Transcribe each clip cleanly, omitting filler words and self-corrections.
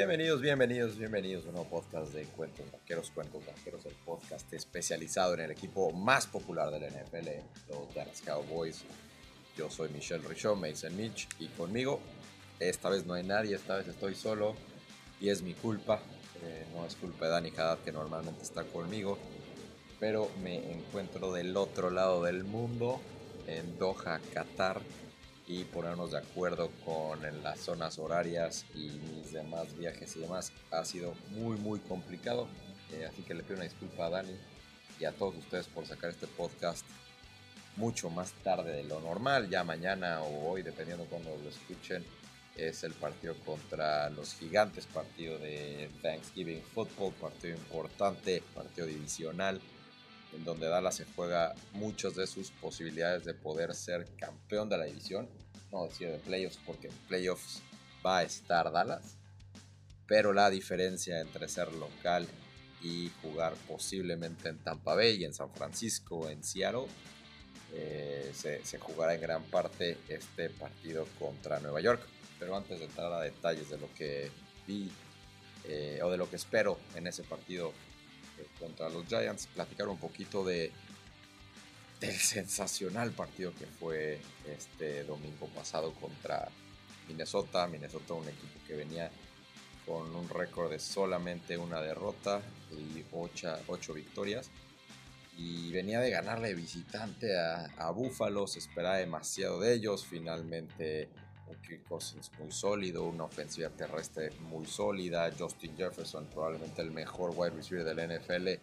Bienvenidos a un nuevo podcast de Cuentos Vaqueros, el podcast especializado en el equipo más popular de la NFL, los Dallas Cowboys. Yo soy Michelle Richaud, Mason Mitch, y conmigo, esta vez no hay nadie, esta vez estoy solo, y es mi culpa, no es culpa de Dani Haddad, que normalmente está conmigo, pero me encuentro del otro lado del mundo, en Doha, Qatar, y ponernos de acuerdo con las zonas horarias y mis demás viajes y demás ha sido muy complicado, así que le pido una disculpa a Dani y a todos ustedes por sacar este podcast mucho más tarde de lo normal. Ya mañana o hoy, dependiendo cuando lo escuchen, es el partido contra los Gigantes, partido de Thanksgiving Football, partido importante, partido divisional, en donde Dallas se juega muchas de sus posibilidades de poder ser campeón de la división, no decir de playoffs, porque en playoffs va a estar Dallas, pero la diferencia entre ser local y jugar posiblemente en Tampa Bay, en San Francisco, en Seattle, se jugará en gran parte este partido contra Nueva York. Pero antes de entrar a detalles de lo que vi o de lo que espero en ese partido contra los Giants, platicar un poquito del sensacional partido que fue este domingo pasado contra Minnesota, un equipo que venía con un récord de solamente una derrota y 8 victorias, y venía de ganarle de visitante a Buffalo. Se esperaba demasiado de ellos. Finalmente un Kirk Cousins muy sólido, una ofensiva terrestre muy sólida, Justin Jefferson, probablemente el mejor wide receiver de la NFL,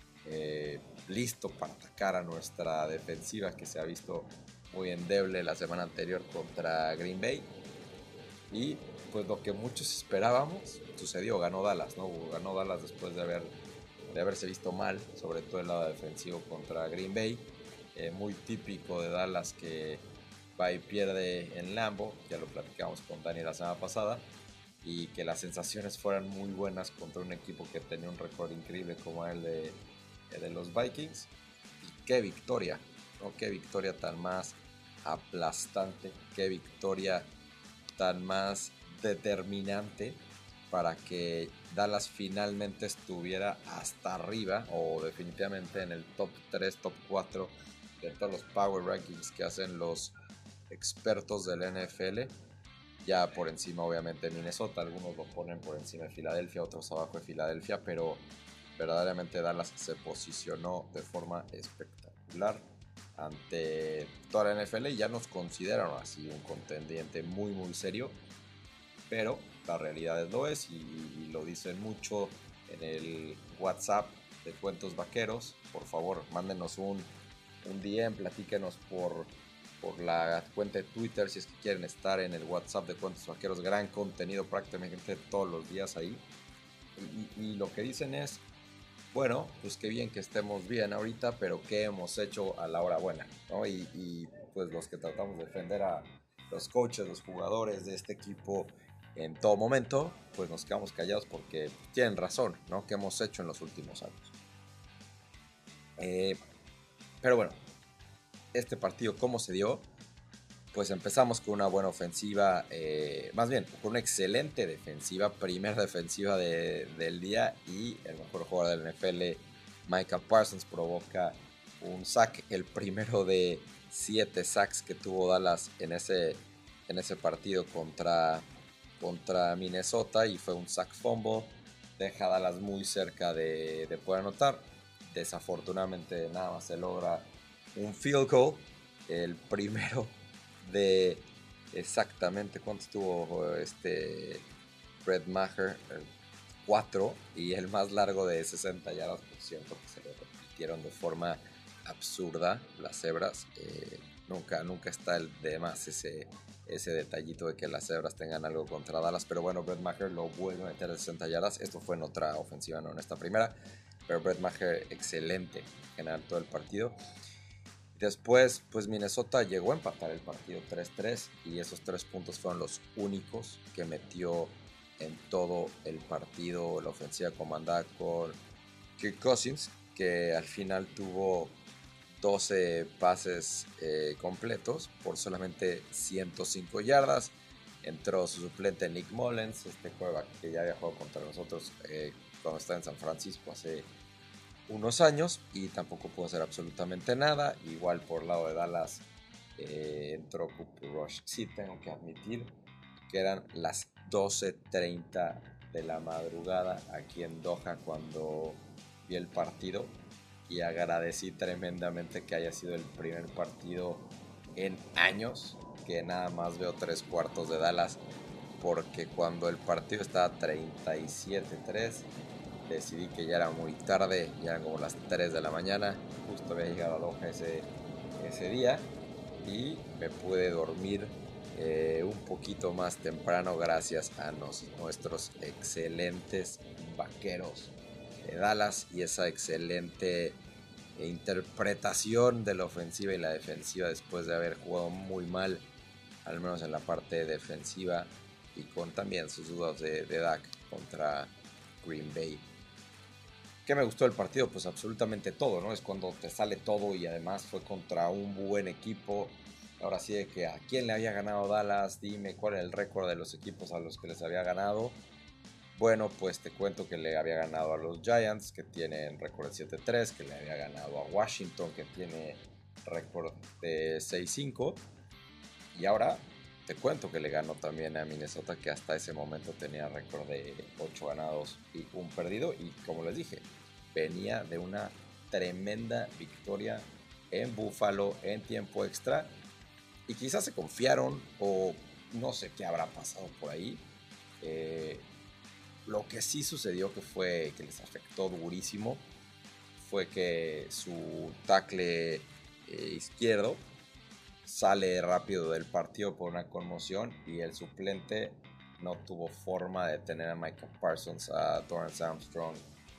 listo para atacar a nuestra defensiva, que se ha visto muy endeble la semana anterior contra Green Bay. Y pues lo que muchos esperábamos sucedió, ganó Dallas, ¿no? Ganó Dallas después de haberse visto mal, sobre todo el lado defensivo contra Green Bay. Muy típico de Dallas, que va y pierde en Lambeau, ya lo platicamos con Dani la semana pasada, y que las sensaciones fueran muy buenas contra un equipo que tenía un récord increíble como el de los Vikings. Y qué victoria, ¿no? Qué victoria tan más aplastante, qué victoria tan más determinante para que Dallas finalmente estuviera hasta arriba, o definitivamente en el top 3, top 4 de todos los Power Rankings que hacen los expertos del NFL. Ya por encima obviamente de Minnesota, algunos lo ponen por encima de Filadelfia, otros abajo de Filadelfia, pero verdaderamente Dallas se posicionó de forma espectacular ante toda la NFL y ya nos consideran así un contendiente muy serio, pero la realidad lo es, y lo dicen mucho en el WhatsApp de Cuentos Vaqueros. Por favor, mándenos un DM, platíquenos por la cuenta de Twitter si es que quieren estar en el WhatsApp de Cuentos Vaqueros. Gran contenido prácticamente todos los días ahí, y lo que dicen es: bueno, pues qué bien que estemos bien ahorita, pero ¿qué hemos hecho a la hora buena? ¿No? Y pues los que tratamos de defender a los coaches, los jugadores de este equipo en todo momento, pues nos quedamos callados porque tienen razón, ¿no? ¿Qué hemos hecho en los últimos años? Pero bueno, este partido, ¿cómo se dio? Pues empezamos con una buena ofensiva, más bien con una excelente defensiva, primera defensiva del día, y el mejor jugador del NFL, Micah Parsons, provoca un sack, el primero de 7 sacks que tuvo Dallas en ese partido contra Minnesota, y fue un sack fumble. Deja a Dallas muy cerca de poder anotar. Desafortunadamente nada más se logra un field goal, el primero de exactamente cuánto estuvo Brett Maher, 4, y el más largo de 60 yardas, por cierto, que se lo repitieron de forma absurda las cebras. Nunca está de más ese detallito de que las cebras tengan algo contra Dallas, pero bueno, Brett Maher lo vuelve a meter de 60 yardas. Esto fue en otra ofensiva, no en esta primera, pero Brett Maher excelente en general todo el partido. Después, pues Minnesota llegó a empatar el partido 3-3, y esos 3 puntos fueron los únicos que metió en todo el partido la ofensiva comandada por Kirk Cousins, que al final tuvo 12 pases completos por solamente 105 yardas. Entró su suplente Nick Mullens, este quarterback que ya había jugado contra nosotros cuando estaba en San Francisco hace unos años y tampoco pudo hacer absolutamente nada. Igual por el lado de Dallas entró Cooper Rush. Sí tengo que admitir que eran las 12:30 de la madrugada aquí en Doha cuando vi el partido y agradecí tremendamente que haya sido el primer partido en años que nada más veo 3/4 de Dallas, porque cuando el partido estaba 37-3 decidí que ya era muy tarde, ya eran como las 3 de la mañana, justo había llegado a Doha ese día y me pude dormir un poquito más temprano gracias a nuestros excelentes vaqueros de Dallas y esa excelente interpretación de la ofensiva y la defensiva después de haber jugado muy mal, al menos en la parte defensiva, y con también sus dudas de Dak contra Green Bay. ¿Qué me gustó del partido? Pues absolutamente todo, ¿no? Es cuando te sale todo y además fue contra un buen equipo. Ahora sí, de que a quién le había ganado Dallas, dime cuál era el récord de los equipos a los que les había ganado. Bueno, pues te cuento que le había ganado a los Giants, que tienen récord de 7-3, que le había ganado a Washington, que tiene récord de 6-5. Y ahora te cuento que le ganó también a Minnesota, que hasta ese momento tenía récord de 8 ganados y un perdido. Y como les dije, venía de una tremenda victoria en Buffalo en tiempo extra. Y quizás se confiaron o no sé qué habrá pasado por ahí. Lo que sí sucedió que fue que les afectó durísimo fue que su tackle izquierdo sale rápido del partido por una conmoción y el suplente no tuvo forma de tener a Michael Parsons, a Dorrance Armstrong,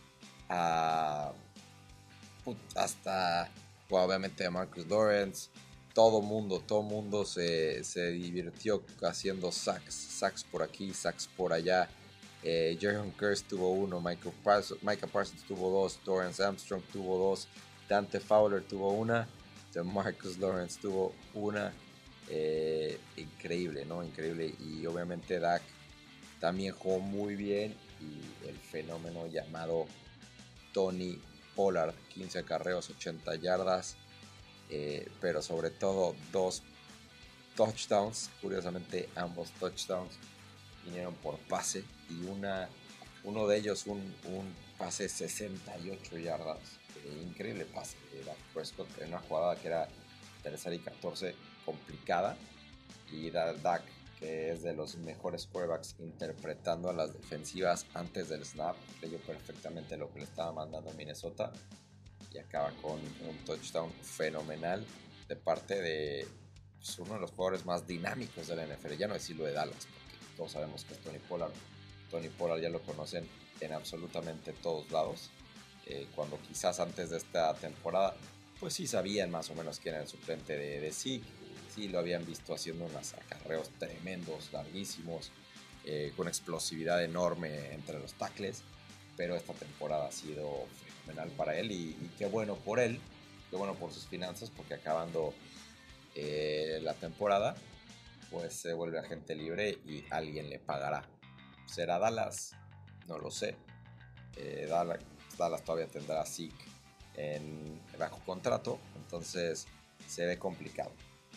hasta obviamente a Marcus Lawrence. Todo mundo se divirtió haciendo sacks por aquí, sacks por allá. Jaron Kearse tuvo uno, Michael Parsons tuvo dos, Dorrance Armstrong tuvo dos, Dante Fowler tuvo una, Marcus Lawrence tuvo una. Increíble, ¿no? Increíble. Y obviamente Dak también jugó muy bien. Y el fenómeno llamado Tony Pollard, 15 acarreos, 80 yardas. Pero sobre todo dos touchdowns. Curiosamente, ambos touchdowns vinieron por pase. Y uno de ellos un pase 68 yardas. Increíble pase de Dak Prescott en una jugada que era tercera y 14 complicada. Y Dak, que es de los mejores quarterbacks interpretando a las defensivas antes del snap, leyó perfectamente lo que le estaba mandando Minnesota y acaba con un touchdown fenomenal de parte de pues, uno de los jugadores más dinámicos de la NFL. Ya no decirlo de Dallas, porque todos sabemos que es Tony Pollard. Tony Pollard ya lo conocen en absolutamente todos lados. Cuando quizás antes de esta temporada, pues sí sabían más o menos quién era el suplente de Zeke. Sí lo habían visto haciendo unos acarreos tremendos, larguísimos, con explosividad enorme entre los tackles. Pero esta temporada ha sido fenomenal para él y qué bueno por él, qué bueno por sus finanzas, porque acabando la temporada, pues se vuelve agente libre y alguien le pagará. ¿Será Dallas? No lo sé. Dallas todavía tendrá a Zeke bajo contrato, entonces se ve complicado.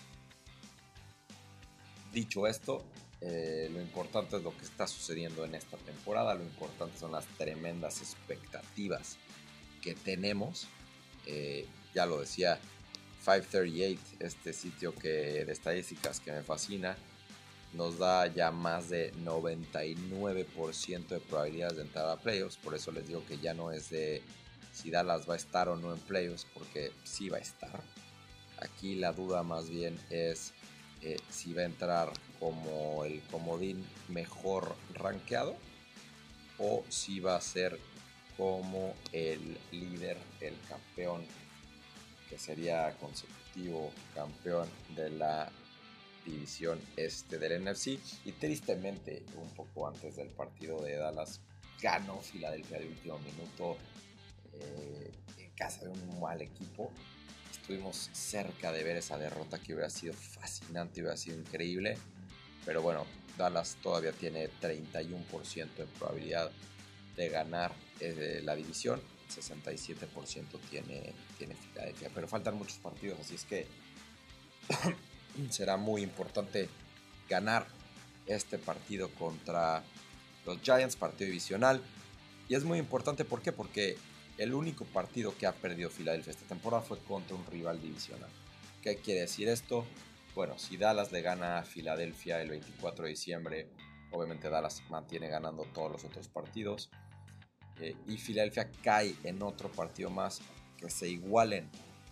Dicho esto, lo importante es lo que está sucediendo en esta temporada. Lo importante son las tremendas expectativas que tenemos. Ya lo decía 538, este sitio de estadísticas que me fascina, nos da ya más de 99% de probabilidades de entrar a playoffs. Por eso les digo que ya no es de si Dallas va a estar o no en playoffs, porque sí va a estar. Aquí la duda más bien es si va a entrar como el comodín mejor rankeado o si va a ser como el líder, el campeón, que sería consecutivo campeón de la división este del NFC. Y tristemente, un poco antes del partido de Dallas, ganó Filadelfia de último minuto en casa de un mal equipo. Estuvimos cerca de ver esa derrota que hubiera sido fascinante, hubiera sido increíble, pero bueno, Dallas todavía tiene 31% de probabilidad de ganar la división, 67% tiene Filadelfia, pero faltan muchos partidos, así es que será muy importante ganar este partido contra los Giants, partido divisional. Y es muy importante, ¿por qué? Porque el único partido que ha perdido Filadelfia esta temporada fue contra un rival divisional. ¿Qué quiere decir esto? Bueno, si Dallas le gana a Filadelfia el 24 de diciembre, obviamente Dallas mantiene ganando todos los otros partidos. Y Filadelfia cae en otro partido más, que se igualen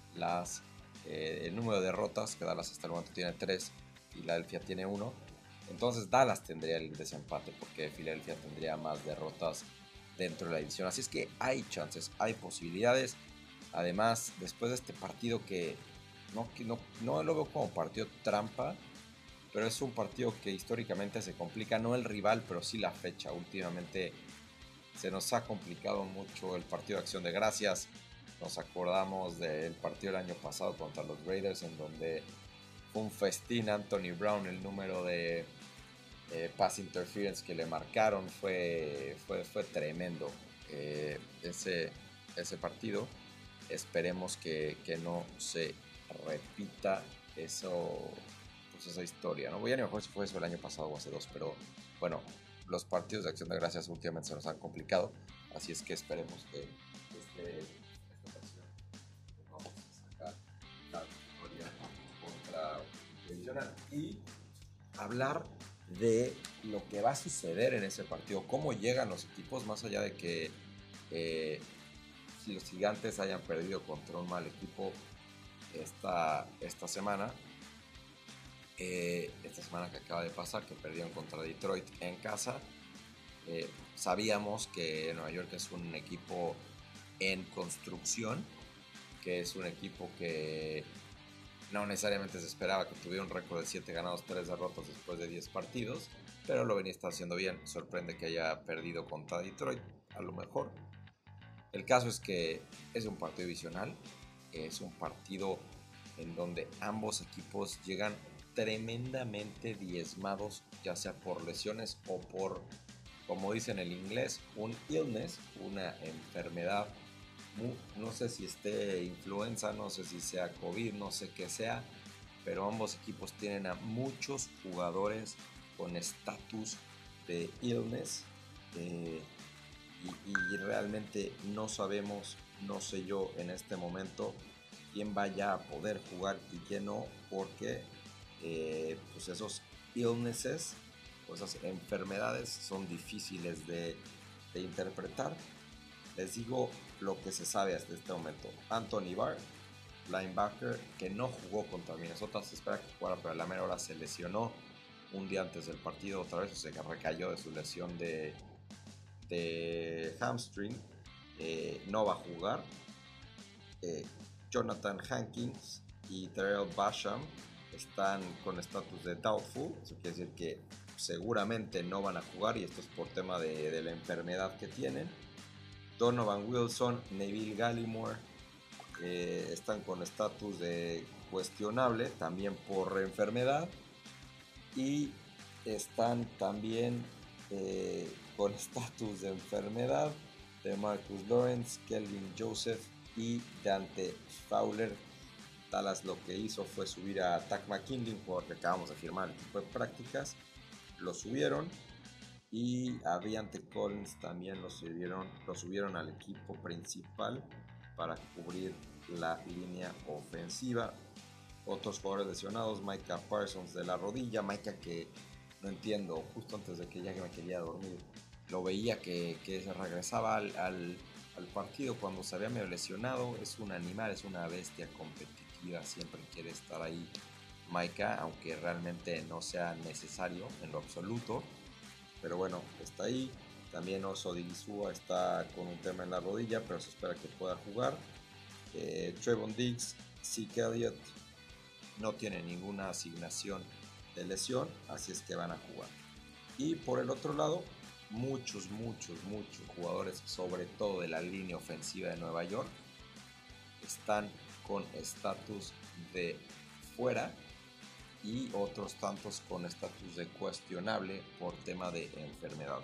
el número de derrotas, que Dallas hasta el momento tiene 3, Filadelfia tiene 1. Entonces Dallas tendría el desempate porque Filadelfia tendría más derrotas dentro de la división. Así es que hay chances, hay posibilidades. Además, después de este partido que no lo veo como partido trampa, pero es un partido que históricamente se complica, no el rival, pero sí la fecha. Últimamente se nos ha complicado mucho el partido de Acción de Gracias. Nos acordamos del partido del año pasado contra los Raiders, en donde fue un festín. Anthony Brown, el número de pass interference que le marcaron fue tremendo. Ese partido, esperemos que no se repita esa historia, ¿no? Voy a ni mejor si fue eso el año pasado o hace 2, pero bueno, los partidos de Acción de Gracias últimamente se nos han complicado, así es que esperemos que esta ocasión vamos a sacar la victoria contra Divisional y hablar de lo que va a suceder en ese partido, cómo llegan los equipos, más allá de que si los Gigantes hayan perdido contra un mal equipo esta semana que acaba de pasar, que perdieron contra Detroit en casa. Sabíamos que Nueva York es un equipo en construcción, que es un equipo que no necesariamente se esperaba que tuviera un récord de 7 ganados, 3 derrotas después de 10 partidos, pero lo venía haciendo bien. Sorprende que haya perdido contra Detroit, a lo mejor. El caso es que es un partido divisional, es un partido en donde ambos equipos llegan tremendamente diezmados, ya sea por lesiones o por, como dicen en el inglés, un illness, una enfermedad. No sé si esté influenza, no sé si sea COVID, no sé qué sea, pero ambos equipos tienen a muchos jugadores con estatus de illness y realmente no sabemos, no sé yo en este momento quién vaya a poder jugar y quién no, porque pues esos illnesses o esas enfermedades son difíciles de interpretar. Les digo lo que se sabe hasta este momento. Anthony Barr, linebacker, que no jugó contra Minnesota, se espera que jugara, pero a la mera hora se lesionó un día antes del partido otra vez, o se recayó de su lesión de hamstring, no va a jugar. Jonathan Hankins y Terrell Basham están con estatus de doubtful, eso quiere decir que seguramente no van a jugar, y esto es por tema de la enfermedad que tienen. Donovan Wilson, Neville Gallimore están con estatus de cuestionable, también por enfermedad, y están también con estatus de enfermedad de Marcus Lawrence, Kelvin Joseph y Dante Fowler. Dallas lo que hizo fue subir a Takk McKinley, jugador que acabamos de firmar el equipo de prácticas, lo subieron, y a Deante Collins también lo subieron al equipo principal para cubrir la línea ofensiva. Otros jugadores lesionados: Micah Parsons de la rodilla, Micah que no entiendo, justo antes de que ya me quería dormir, lo veía que se regresaba al partido cuando se había medio lesionado. Es un animal, es una bestia competitiva, siempre quiere estar ahí Micah, aunque realmente no sea necesario en lo absoluto, pero bueno, está ahí. También Oso Digizua está con un tema en la rodilla, pero se espera que pueda jugar. Trevon Diggs, Zeke Elliott no tiene ninguna asignación de lesión, así es que van a jugar. Y por el otro lado, muchos jugadores, sobre todo de la línea ofensiva de Nueva York, están con estatus de fuera, y otros tantos con estatus de cuestionable por tema de enfermedad.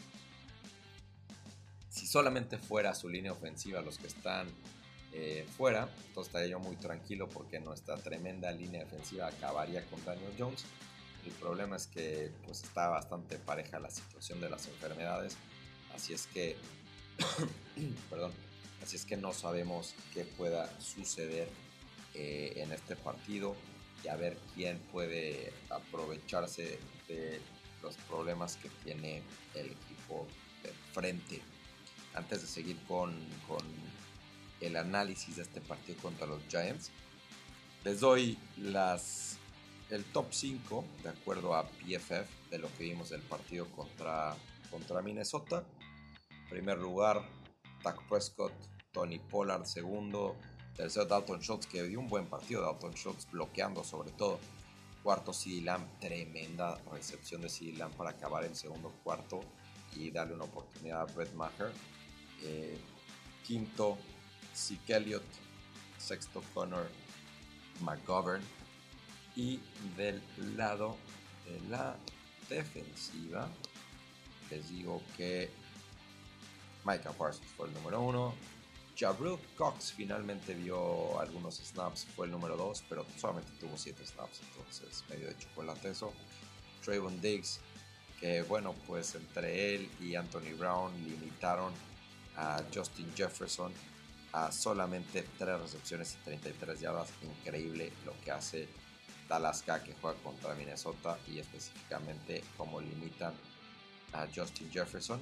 Si solamente fuera su línea ofensiva los que están fuera, entonces estaría yo muy tranquilo porque nuestra tremenda línea defensiva acabaría con Daniel Jones. El problema es que pues está bastante pareja la situación de las enfermedades, así es que perdón, así es que no sabemos qué pueda suceder en este partido y a ver quién puede aprovecharse de los problemas que tiene el equipo de frente. Antes de seguir con el análisis de este partido contra los Giants, les doy el top 5 de acuerdo a PFF de lo que vimos del partido contra Minnesota. En primer lugar, Dak Prescott, Tony Pollard segundo, tercero Dalton Schultz, que dio un buen partido, Dalton Schultz bloqueando sobre todo. Cuarto, CeeDee Lamb, tremenda recepción de CeeDee Lamb para acabar el segundo cuarto y darle una oportunidad a Brett Maher. Quinto, Zeke Elliott. Sexto, Connor McGovern. Y del lado de la defensiva, les digo que Micah Parsons fue el número 1. Jabril Cox finalmente vio algunos snaps, fue el número 2, pero solamente tuvo 7 snaps, entonces medio de chocolate eso. Trayvon Diggs, que bueno, pues entre él y Anthony Brown limitaron a Justin Jefferson a solamente 3 recepciones y 33 yardas. Increíble lo que hace Dallas K, que juega contra Minnesota, y específicamente cómo limitan a Justin Jefferson.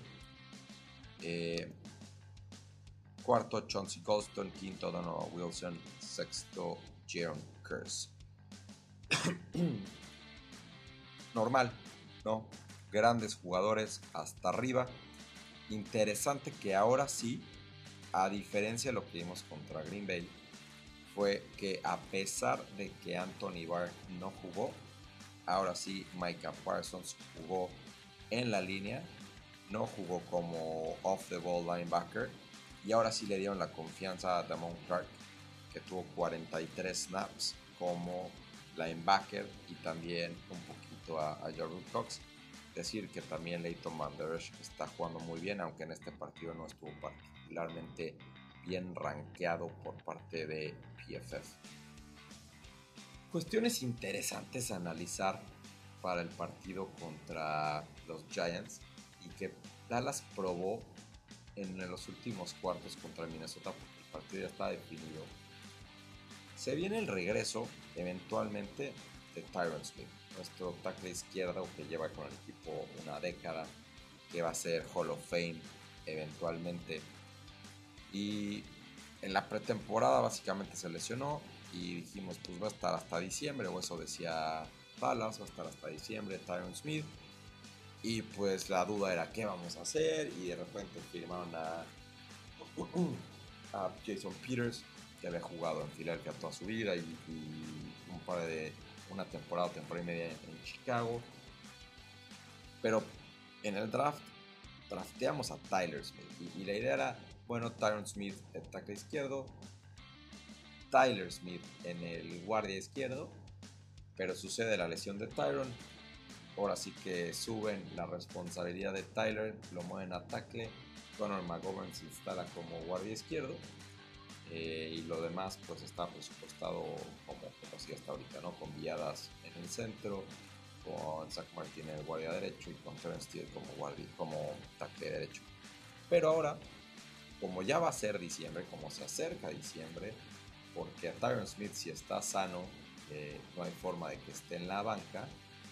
Cuarto, Chauncey Golston. Quinto, Donovan Wilson. Sexto, Jaron Kearse. Normal, ¿no? Grandes jugadores hasta arriba. Interesante que ahora sí, a diferencia de lo que vimos contra Green Bay, fue que a pesar de que Anthony Barr no jugó, ahora sí Micah Parsons jugó en la línea, no jugó como off the ball linebacker, y ahora sí le dieron la confianza a Damon Clark, que tuvo 43 snaps como linebacker, y también un poquito a Jabril Cox. Decir que también Leighton Van Der Esch está jugando muy bien, aunque en este partido no estuvo particularmente bien rankeado por parte de PFF. Cuestiones interesantes a analizar para el partido contra los Giants y que Dallas probó en los últimos cuartos contra Minnesota, porque el partido ya está definido. Se viene el regreso eventualmente de Tyron Smith, nuestro tackle izquierdo que lleva con el equipo una década, que va a ser Hall of Fame eventualmente. Y en la pretemporada básicamente se lesionó y dijimos pues va a estar hasta diciembre, o eso decía Dallas, va a estar hasta diciembre Tyron Smith. Y pues la duda era qué vamos a hacer, y de repente firmaron a Jason Peters, que había jugado en Filadelfia toda su vida y una temporada y media en Chicago. Pero en el draft drafteamos a Tyler Smith y la idea era, bueno, Tyron Smith el tackle izquierdo, Tyler Smith en el guardia izquierdo, pero sucede la lesión de Tyron. Ahora sí que suben la responsabilidad de Tyler, lo mueven a tackle. Connor McGovern se instala como guardia izquierdo, y lo demás pues está presupuestado como así hasta ahorita, ¿no? Con Villadas en el centro, con Zach Martin en el guardia derecho y con Terence Steele como tackle derecho. Pero ahora, como ya va a ser diciembre, como se acerca diciembre, porque a Tyron Smith, si está sano, no hay forma de que esté en la banca,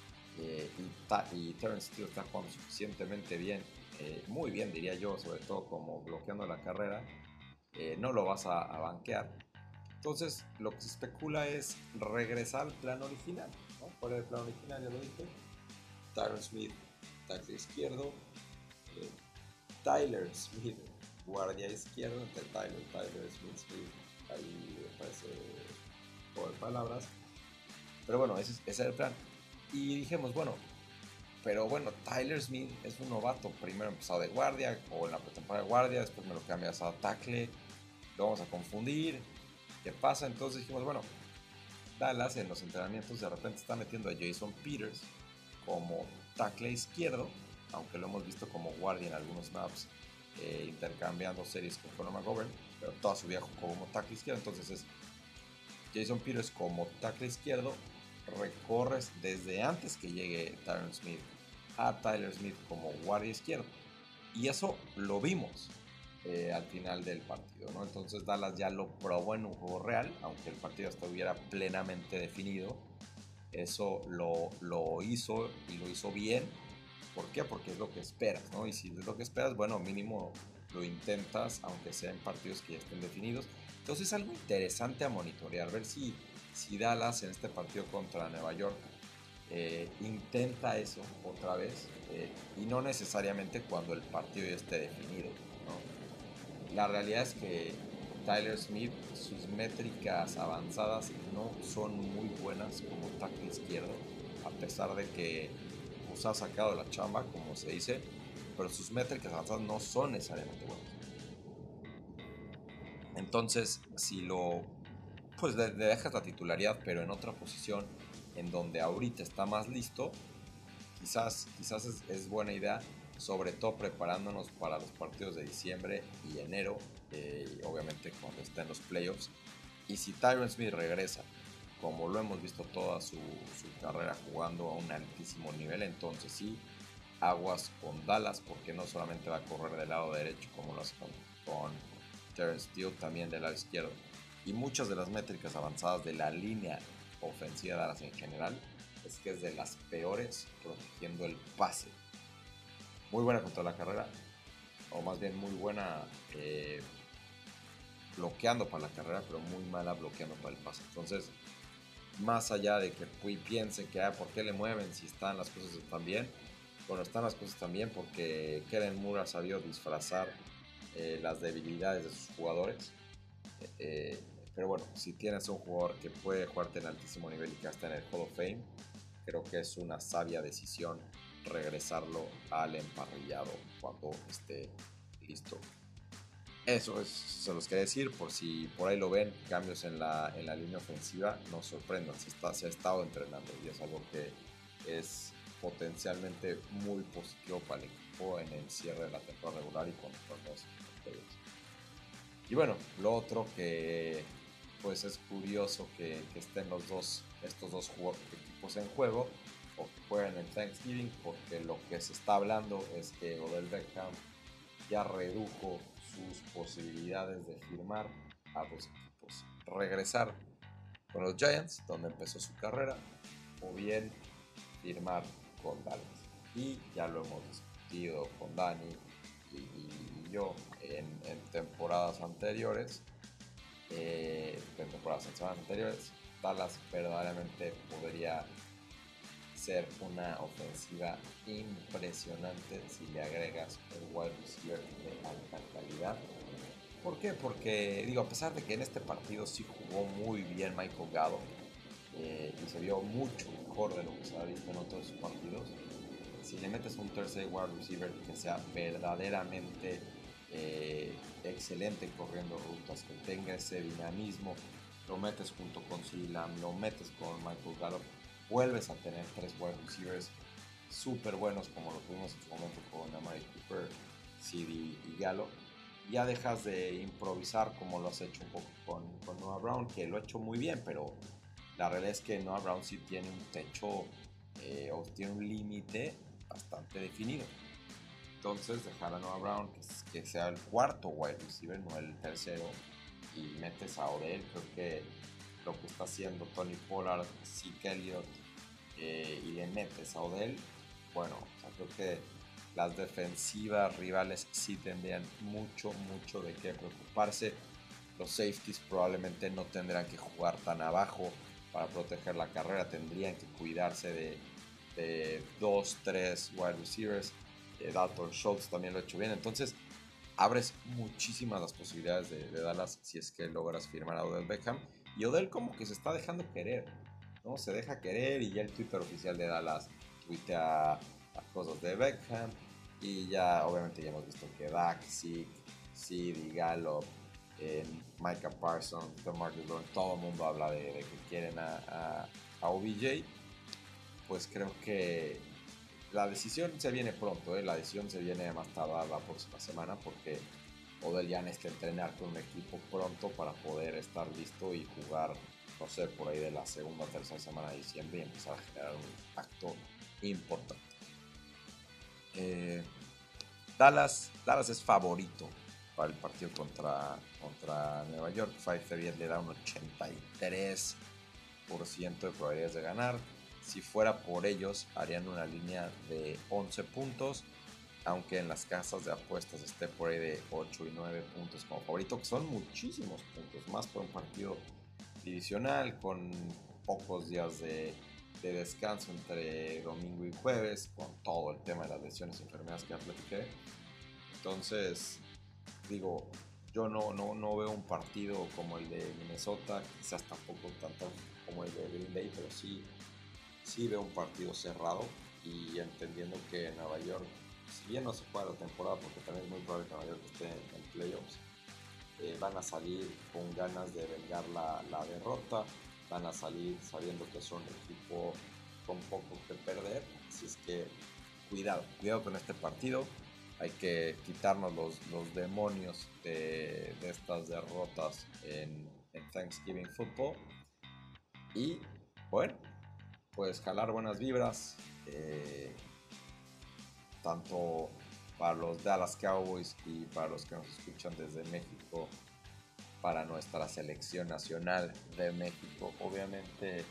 y Terence Steele está jugando suficientemente bien, muy bien diría yo, sobre todo como bloqueando la carrera, no lo vas a banquear. Entonces lo que se especula es regresar al plan original, ¿no? ¿Cuál es el plan original? Ya lo dije. Tyron Smith, tackle izquierdo, Tyler Smith, guardia izquierdo, entre Tyler Smith, ahí me parece por palabras. Pero bueno, ese era el plan. Y dijimos, pero Tyler Smith es un novato, primero empezado de guardia o en la pretemporada de guardia, después me lo cambias a tackle, lo vamos a confundir, ¿qué pasa? Entonces dijimos, Dallas en los entrenamientos de repente está metiendo a Jason Peters como tackle izquierdo, aunque lo hemos visto como guardia en algunos snaps, intercambiando series con Conor McGovern, pero toda su vida jugó como tackle izquierdo. Entonces es Jason Peters como tackle izquierdo, recorres desde antes que llegue Tyron Smith a Tyler Smith como guardia izquierdo. Y eso lo vimos al final del partido, ¿no? Entonces Dallas ya lo probó en un juego real, aunque el partido estuviera plenamente definido. Eso lo hizo y lo hizo bien. ¿Por qué? Porque es lo que esperas, ¿no? Y si es lo que esperas, bueno, mínimo lo intentas, aunque sea en partidos que ya estén definidos. Entonces es algo interesante a monitorear, ver si Dallas en este partido contra Nueva York intenta eso otra vez, y no necesariamente cuando el partido ya esté definido, ¿no? La realidad es que Tyler Smith, sus métricas avanzadas no son muy buenas como tackle izquierdo, a pesar de que pues, ha sacado la chamba, como se dice, pero sus métricas avanzadas no son necesariamente buenas. Entonces, si lo pues le dejas la titularidad, pero en otra posición en donde ahorita está más listo, quizás es buena idea, sobre todo preparándonos para los partidos de diciembre y enero, y obviamente cuando estén los playoffs. Y si Tyron Smith regresa, como lo hemos visto toda su carrera jugando a un altísimo nivel, entonces sí, aguas con Dallas, porque no solamente va a correr del lado derecho como lo hace con Terrence Steele, también del lado izquierdo. Y muchas de las métricas avanzadas de la línea ofensiva de Dallas en general es que es de las peores protegiendo el pase. Muy buena contra la carrera, o más bien muy buena bloqueando para la carrera, pero muy mala bloqueando para el pase. Entonces, más allá de que piensen que ¿por qué le mueven si están las cosas tan bien? Bueno, están las cosas tan bien porque Kellen Moore ha sabido disfrazar las debilidades de sus jugadores. Pero bueno, si tienes un jugador que puede jugarte en altísimo nivel y que está en el Hall of Fame, creo que es una sabia decisión regresarlo al emparrillado cuando esté listo. Eso se los quería decir, por si por ahí lo ven, cambios en la línea ofensiva, no sorprendan, se ha estado entrenando y es algo que es potencialmente muy positivo para el equipo en el cierre de la temporada regular y con los torneos. Y bueno, lo otro que pues es curioso que estén estos dos equipos en juego o que jueguen en Thanksgiving, porque lo que se está hablando es que Odell Beckham ya redujo sus posibilidades de firmar a dos equipos. Regresar con los Giants, donde empezó su carrera, o bien firmar con Dallas. Y ya lo hemos discutido con Dani y yo en temporadas anteriores, Dallas verdaderamente podría ser una ofensiva impresionante si le agregas un wide receiver de alta calidad. ¿Por qué? Porque, digo, a pesar de que en este partido sí jugó muy bien Michael Gallup, y se vio mucho mejor de lo que se ha visto en otros partidos, si le metes un tercer wide receiver que sea verdaderamente excelente corriendo rutas, que tenga ese dinamismo, lo metes junto con Silam, lo metes con Michael Gallup, vuelves a tener tres wide receivers súper buenos como lo tuvimos en su momento con Amari Cooper, CD y Gallup. Ya dejas de improvisar como lo has hecho un poco con Noah Brown, que lo ha hecho muy bien, pero la realidad es que Noah Brown sí tiene un techo, o tiene un límite bastante definido. Entonces dejar a Noah Brown que sea el cuarto wide receiver, no el tercero, y metes a Odell. Creo que lo que está haciendo Tony Pollard, Zeke Elliott, y le metes a Odell, bueno, o sea, creo que las defensivas rivales sí tendrían mucho de qué preocuparse. Los safeties probablemente no tendrán que jugar tan abajo para proteger la carrera, tendrían que cuidarse de 2-3 wide receivers. Dalton Schultz también lo ha hecho bien, entonces abres muchísimas las posibilidades de Dallas si es que logras firmar a Odell Beckham. Y Odell como que se está dejando querer, ¿no? Se deja querer y ya el Twitter oficial de Dallas tuitea las cosas de Beckham. Y ya obviamente ya hemos visto que Dak, Zeke, Sid y Gallup, Micah Parsons, DeMarcus Lawrence, todo el mundo habla de que quieren a OBJ. Pues creo que la decisión se viene pronto, la decisión se viene más tardar la próxima semana, porque Odell ya necesita entrenar con un equipo pronto para poder estar listo y jugar, no sé, por ahí de la segunda o tercera semana de diciembre y empezar a generar un impacto importante. Dallas es favorito para el partido contra Nueva York. 538 le da un 83% de probabilidades de ganar. Si fuera por ellos, harían una línea de 11 puntos, aunque en las casas de apuestas esté por ahí de 8 y 9 puntos como favorito, que son muchísimos puntos, más por un partido divisional con pocos días de descanso entre domingo y jueves, con todo el tema de las lesiones y enfermedades que ya platiqué. Entonces, digo, yo no veo un partido como el de Minnesota, quizás tampoco tanto como el de Green Bay, pero sí veo un partido cerrado, y entendiendo que Nueva York, si bien no se juega la temporada, porque también es muy probable que Nueva York esté en playoffs, van a salir con ganas de vengar la derrota, van a salir sabiendo que son un equipo con poco que perder, así es que cuidado con este partido. Hay que quitarnos los demonios de estas derrotas en Thanksgiving Football. Y bueno, pues jalar buenas vibras, tanto para los Dallas Cowboys y para los que nos escuchan desde México, para nuestra selección nacional de México. Obviamente,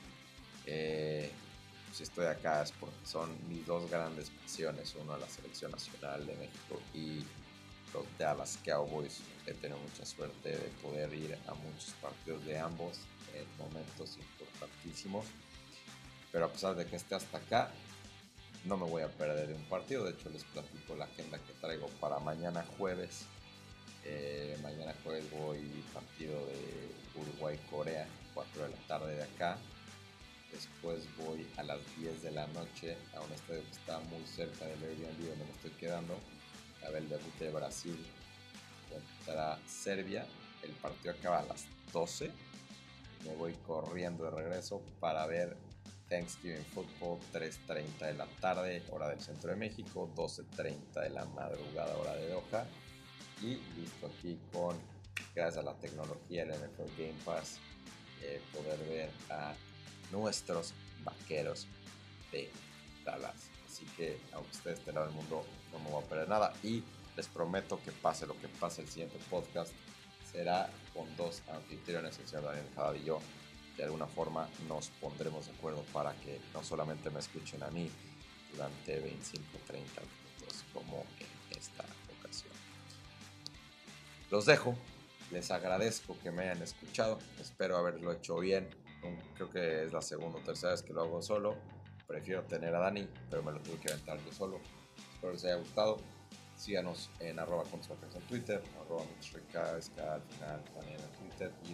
si estoy acá es porque son mis dos grandes pasiones, uno la selección nacional de México y los Dallas Cowboys. He tenido mucha suerte de poder ir a muchos partidos de ambos en momentos importantísimos, pero a pesar de que esté hasta acá, no me voy a perder de un partido. De hecho, les platico la agenda que traigo para mañana jueves. Mañana jueves voy partido de Uruguay-Corea, 4 de la tarde de acá. Después voy a las 10 de la noche a un estadio que está muy cerca del Airbnb donde me estoy quedando, a ver el debut de Brasil contra Serbia. El partido acaba a las 12. Me voy corriendo de regreso para ver Thanksgiving Football, 3:30 de la tarde, hora del centro de México, 12:30 de la madrugada, hora de Doha. Y listo aquí con, gracias a la tecnología del NFL Game Pass, poder ver a nuestros vaqueros de Dallas. Así que, aunque esté de este lado del mundo, no me voy a perder nada. Y les prometo que pase lo que pase, el siguiente podcast será con dos anfitriones, el señor Daniel Haddad y yo. De alguna forma nos pondremos de acuerdo para que no solamente me escuchen a mí durante 25-30 minutos como en esta ocasión. Los dejo, les agradezco que me hayan escuchado, espero haberlo hecho bien. Creo que es la segunda o tercera vez que lo hago solo. Prefiero tener a Dani, pero me lo tuve que aventar yo solo. Espero les haya gustado. Síganos en @controlcast en Twitter, @mitzrika al final también en Twitter, y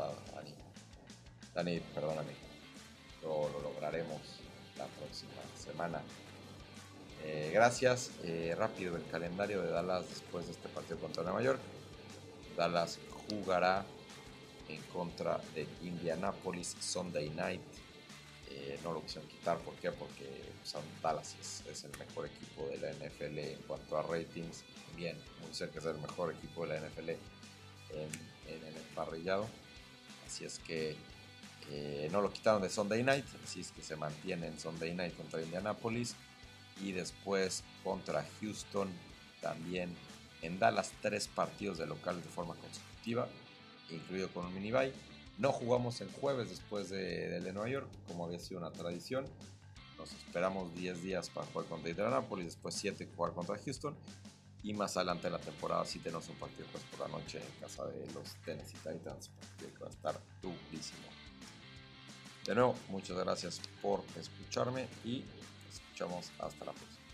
Dani, perdóname. Lo lograremos la próxima semana. Gracias. Rápido el calendario de Dallas después de este partido contra Nueva York. Dallas jugará en contra de Indianapolis Sunday Night. No lo quisieron quitar, ¿por qué? Porque Dallas es el mejor equipo de la NFL en cuanto a ratings, bien, muy cerca de ser el mejor equipo de la NFL en el emparrillado, así es que no lo quitaron de Sunday Night, así es que se mantiene en Sunday Night contra Indianapolis, y después contra Houston, también en Dallas, 3 partidos de locales de forma consecutiva, incluido con un mini bye. No jugamos el jueves después del de Nueva York, como había sido una tradición. Nos esperamos 10 días para jugar contra Indianapolis, después 7 jugar contra Houston, y más adelante en la temporada sí tenemos un partido pues por la noche en casa de los Tennessee Titans, partido que va a estar durísimo. De nuevo, muchas gracias por escucharme y nos escuchamos hasta la próxima.